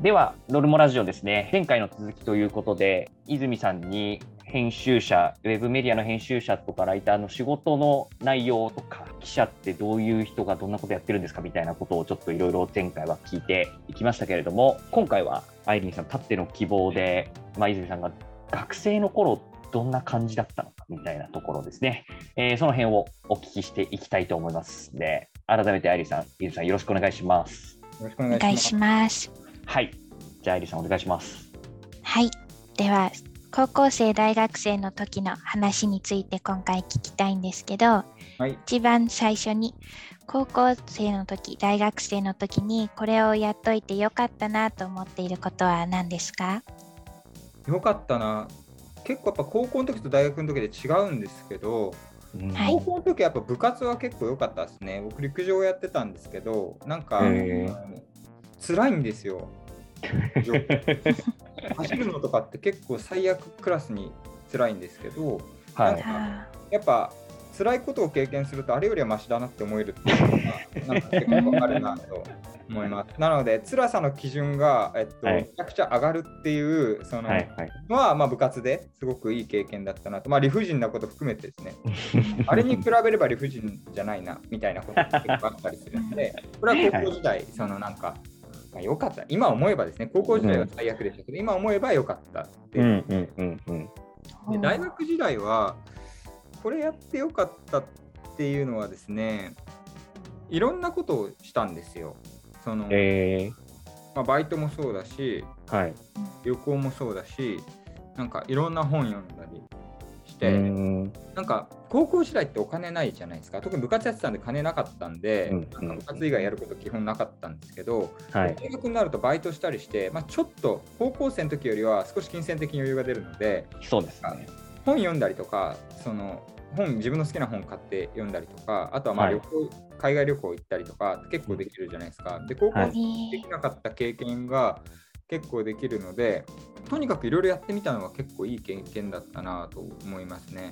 ではノルモラジオですね、前回の続きということで、泉さんに編集者、ウェブメディアの編集者とかライターの仕事の内容とか、記者ってどういう人がどんなことやってるんですかみたいなことをちょっといろいろ前回は聞いていきましたけれども、今回はアイリンさんたっての希望で、泉さんが学生の頃どんな感じだったのかみたいなところですね、その辺をお聞きしていきたいと思いますので、改めてアイリンさん、泉さんよろしくお願いします。 よろしくお願いします。 はい、じゃあアイリンさんお願いします。 はい、では高校生大学生の時の話について今回聞きたいんですけど、はい、一番最初に高校生の時大学生の時にこれをやっといてよかったなと思っていることは何ですか？ よかったな、結構やっぱ高校の時と大学の時で違うんですけど、高校の時はやっぱ部活は結構良かったですね。僕陸上やってたんですけど、なんか辛いんですよ。走るのとかって結構最悪クラスに辛いんですけど、なんかやっぱ辛いことを経験するとあれよりはマシだなって思えるっていうのがなんか結構あるなと思います。なので辛さの基準が、めちゃくちゃ上がるっていうそののは、部活ですごくいい経験だったなと、理不尽なこと含めてですねあれに比べれば理不尽じゃないなみたいなことが結構あったりするので、これは高校時代そのなんか良かった。今思えばですね、高校時代は最悪でしたけど、今思えば良かったっていう。で大学時代はこれやって良かったっていうのはですね、いろんなことをしたんですよ。そのバイトもそうだし、旅行もそうだし、なんかいろんな本読んだりして、なんか高校時代ってお金ないじゃないですか。特に部活やってたんで金なかったんで、部活以外やること基本なかったんですけど、大学になるとバイトしたりして、ちょっと高校生の時よりは少し金銭的に余裕が出るので、 そうですね、 本読んだりとか、その自分の好きな本買って読んだりとか、あとは旅行、海外旅行行ったりとか結構できるじゃないですか。で高校でできなかった経験が結構できるので、とにかくいろいろやってみたのは結構いい経験だったなと思いますね。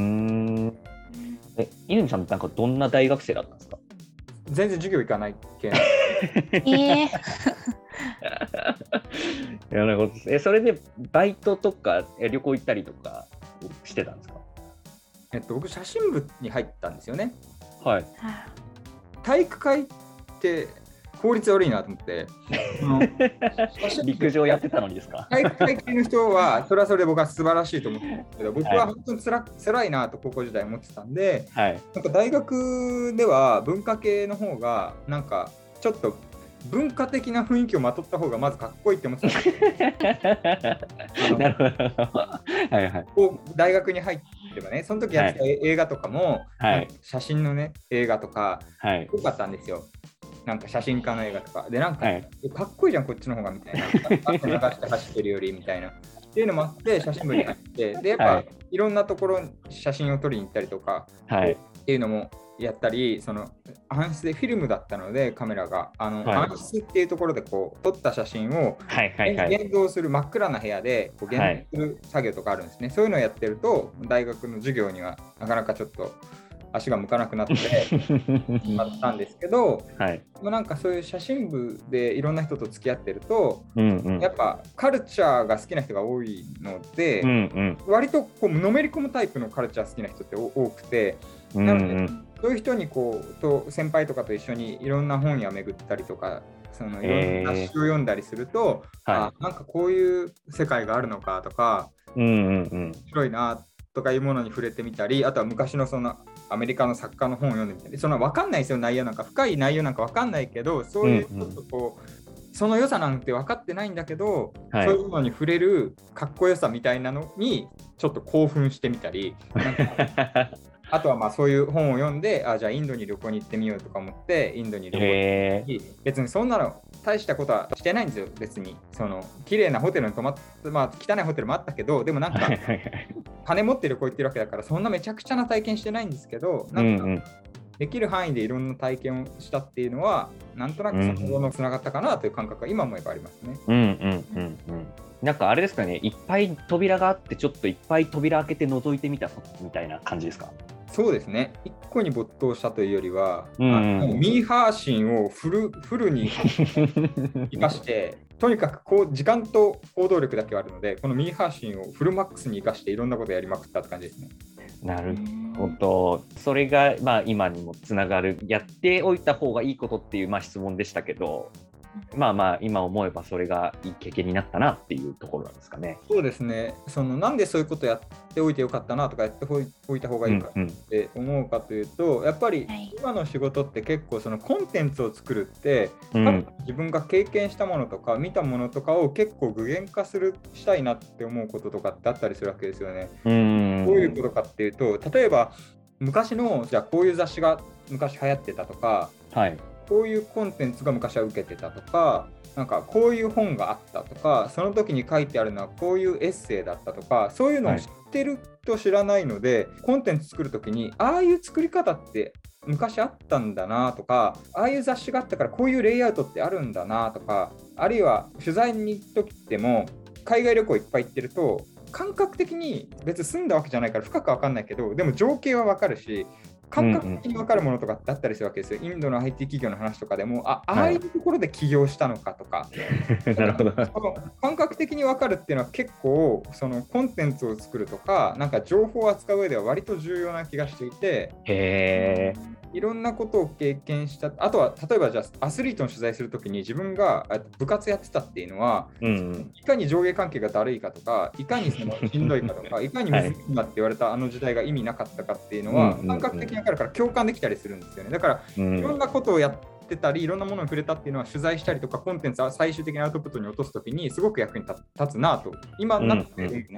泉さんなんかどんな大学生だったんですか？ 全然授業行かない系なるほど。それでバイトとか旅行行ったりとかしてたんですか？ 僕写真部に入ったんですよね。 はい。 体育会って効率悪いなと思って陸上やってたのにですか？ 体育会系の人はそれはそれで僕は素晴らしいと思ってたんですけど、僕は本当に辛いなと高校時代思ってたんで、なんか大学では文化系の方がなんかちょっと文化的な雰囲気をまとった方がまずかっこいいって思ってたんですよ。なるほど。大学に入ってればね、その時やってた映画とかも、写真のね映画とか良かったんですよ。なんか写真家の映画とかで、なんか、かっこいいじゃんこっちの方がみたいな、汗流して走ってるよりみたいなっていうのもあって写真部に入って、でやっぱ、いろんなところに写真を撮りに行ったりとか、っていうのもやったり、その暗室でフィルムだったのでカメラが暗室っていうところでこう撮った写真を現像する真っ暗な部屋でこう現像する作業とかあるんですね。そういうのをやってると大学の授業にはなかなかちょっと足が向かなくなってあったんですけど、なんかそういう写真部でいろんな人と付き合ってると、やっぱカルチャーが好きな人が多いので、割とこうのめり込むタイプのカルチャー好きな人って多くて、なのでそういう人にこうと先輩とかと一緒にいろんな本屋巡ったりとか、そのいろんな雑誌を読んだりすると、なんかこういう世界があるのかとか、面白いなとかいうものに触れてみたり、あとは昔のそのアメリカの作家の本を読んでみたり、その分かんないですよ、内容なんか深い内容なんか分かんないけど、そういうちょっとこう、その良さなんて分かってないんだけど、そういうのに触れるかっこよさみたいなのにちょっと興奮してみたり、なんかあとはそういう本を読んで、じゃあインドに旅行に行ってみようとか思ってインドに旅行に行って、別にそんなの大したことはしてないんですよ。別にその綺麗なホテルに泊まって、汚いホテルもあったけど、でもなんか金持って旅行行ってるわけだから、そんなめちゃくちゃな体験してないんですけど、なんかできる範囲でいろんな体験をしたっていうのは、なんとなくその後のつながったかなという感覚が今もありますね。 なんかあれですかね、いっぱい扉があってちょっといっぱい扉開けて覗いてみたみたいな感じですか？ そうですね。一個に没頭したというよりは、ミーハー心をフルに生かして、とにかく時間と行動力だけはあるので、このミーハー心をフルマックスに生かしていろんなことをやりまくったって感じですね。 なるほど。それが今にもつながる、やっておいた方がいいことっていう質問でしたけど、今思えばそれがいい経験になったなっていうところなんですかね。 そうですね。なんでそういうことやっておいてよかったなとかやっておいた方がいいかって思うかというと、やっぱり今の仕事って結構コンテンツを作るって、自分が経験したものとか見たものとかを結構具現化したいなって思うこととかってあったりするわけですよね。どういうことかっていうと、例えば昔のじゃあこういう雑誌が昔流行ってたとか、こういうコンテンツが昔は受けてたとか、なんかこういう本があったとか、その時に書いてあるのはこういうエッセイだったとか、そういうのを知ってると知らないので、コンテンツ作る時にああいう作り方って昔あったんだなとか、ああいう雑誌があったからこういうレイアウトってあるんだなとか、あるいは取材に行く時っても海外旅行いっぱい行ってると感覚的に別に住んだわけじゃないから深く分かんないけど、でも情景は分かるし、感覚的に分かるものとかってあったりするわけですよ。インドの IT 企業の話とかでも、ああいうところで起業したのかとか、 なるほど。 感覚的に分かるっていうのは結構コンテンツを作るとか、なんか情報を扱う上では割と重要な気がしていて、いろんなことを経験した。あとは例えばじゃあアスリートの取材するときに自分が部活やってたっていうのは、いかに上下関係がだるいかとか、いかにしんどいかとか、いかに難しいなって言われたあの時代が意味なかったかっていうのは、感覚的に分かるから共感できたりするんですよね。だからいろんなことをやってたり、いろんなものに触れたっていうのは取材したりとか、コンテンツを最終的なアウトプットに落とすときにすごく役に立つなと今なってるんですね。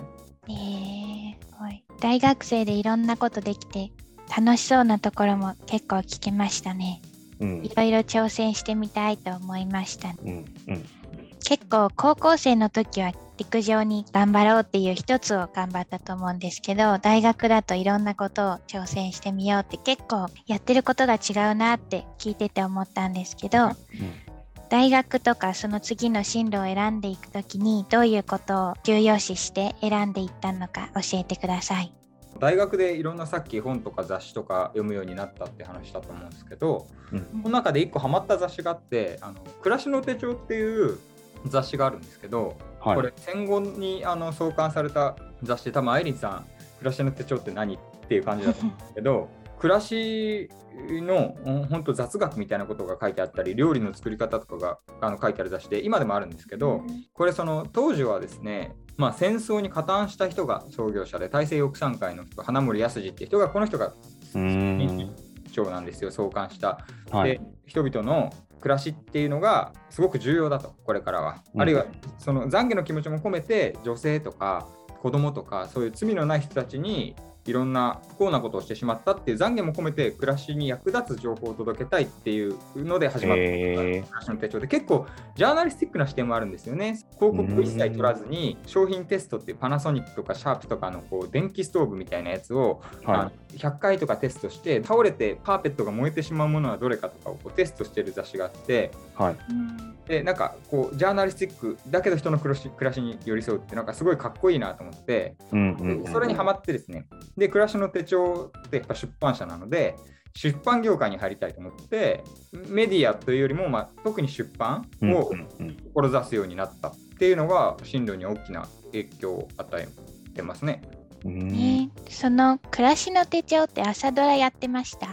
大学生でいろんなことできて楽しそうなところも結構聞けましたね。いろいろ挑戦してみたいと思いました、結構高校生の時は陸上に頑張ろうっていう一つを頑張ったと思うんですけど、大学だといろんなことを挑戦してみようって結構やってることが違うなって聞いてて思ったんですけど、大学とかその次の進路を選んでいくときにどういうことを重要視して選んでいったのか教えてください。 大学でいろんなさっき本とか雑誌とか読むようになったって話だと思うんですけど、この中で一個ハマった雑誌があって、暮らしの手帳っていう雑誌があるんですけど、これ戦後に創刊された雑誌で、多分アイリンさん暮らしの手帳って何っていう感じだと思うんですけど暮らしの本当雑学みたいなことが書いてあったり、料理の作り方とかが書いてある雑誌で今でもあるんですけど、これ当時はですね、戦争に加担した人が創業者で、大西洋奥産会の人、花森康二っていう人が、この人が長なんですよ、創刊した。で、人々の暮らしっていうのがすごく重要だと、これからは。あるいはその懺悔の気持ちも込めて、女性とか子供とかそういう罪のない人たちにいろんな不幸なことをしてしまったっていう懺悔も込めて、暮らしに役立つ情報を届けたいっていうので始まった暮らしの手帳で、結構ジャーナリスティックな視点もあるんですよね。広告を一切取らずに、商品テストっていうパナソニックとかシャープとかの電気ストーブみたいなやつを、100回とかテストして、倒れてカーペットが燃えてしまうものはどれかとかをテストしてる雑誌があって、でなんかジャーナリスティックだけど人の暮らしに寄り添うってなんかすごいかっこいいなと思って、それにハマってですね、で暮らしの手帳ってやっぱ出版社なので、出版業界に入りたいと思って、メディアというよりも、特に出版を志すようになったっていうのが進路に大きな影響を与えてますね。 その暮らしの手帳って朝ドラやってました？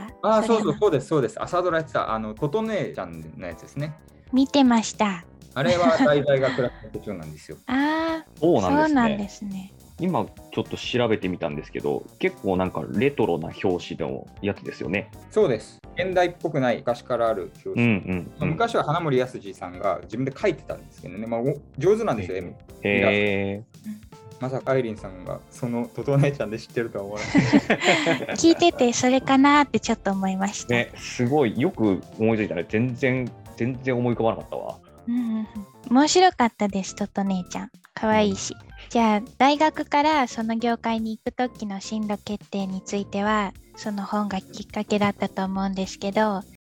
そうです。朝ドラやってたとと姉ちゃんのやつですね。 見てました。 あれは題材が暮らしの手帳なんですよ。 そうなんですね。 今ちょっと調べてみたんですけど、結構なんかレトロな表紙のやつですよね。 そうです。現代っぽくない昔からある表紙。昔は花森康二さんが自分で描いてたんですけどね、上手なんですよ、絵も。まさかアイリンさんがそのトト姉ちゃんで知ってるとは思わない。 聞いててそれかなってちょっと思いました。 すごいよく思いついたね。全然思い浮かばなかったわ。 面白かったです、トト姉ちゃん。可愛いし。じゃあ大学からその業界に行く時の進路決定についてはその本がきっかけだったと思うんですけど、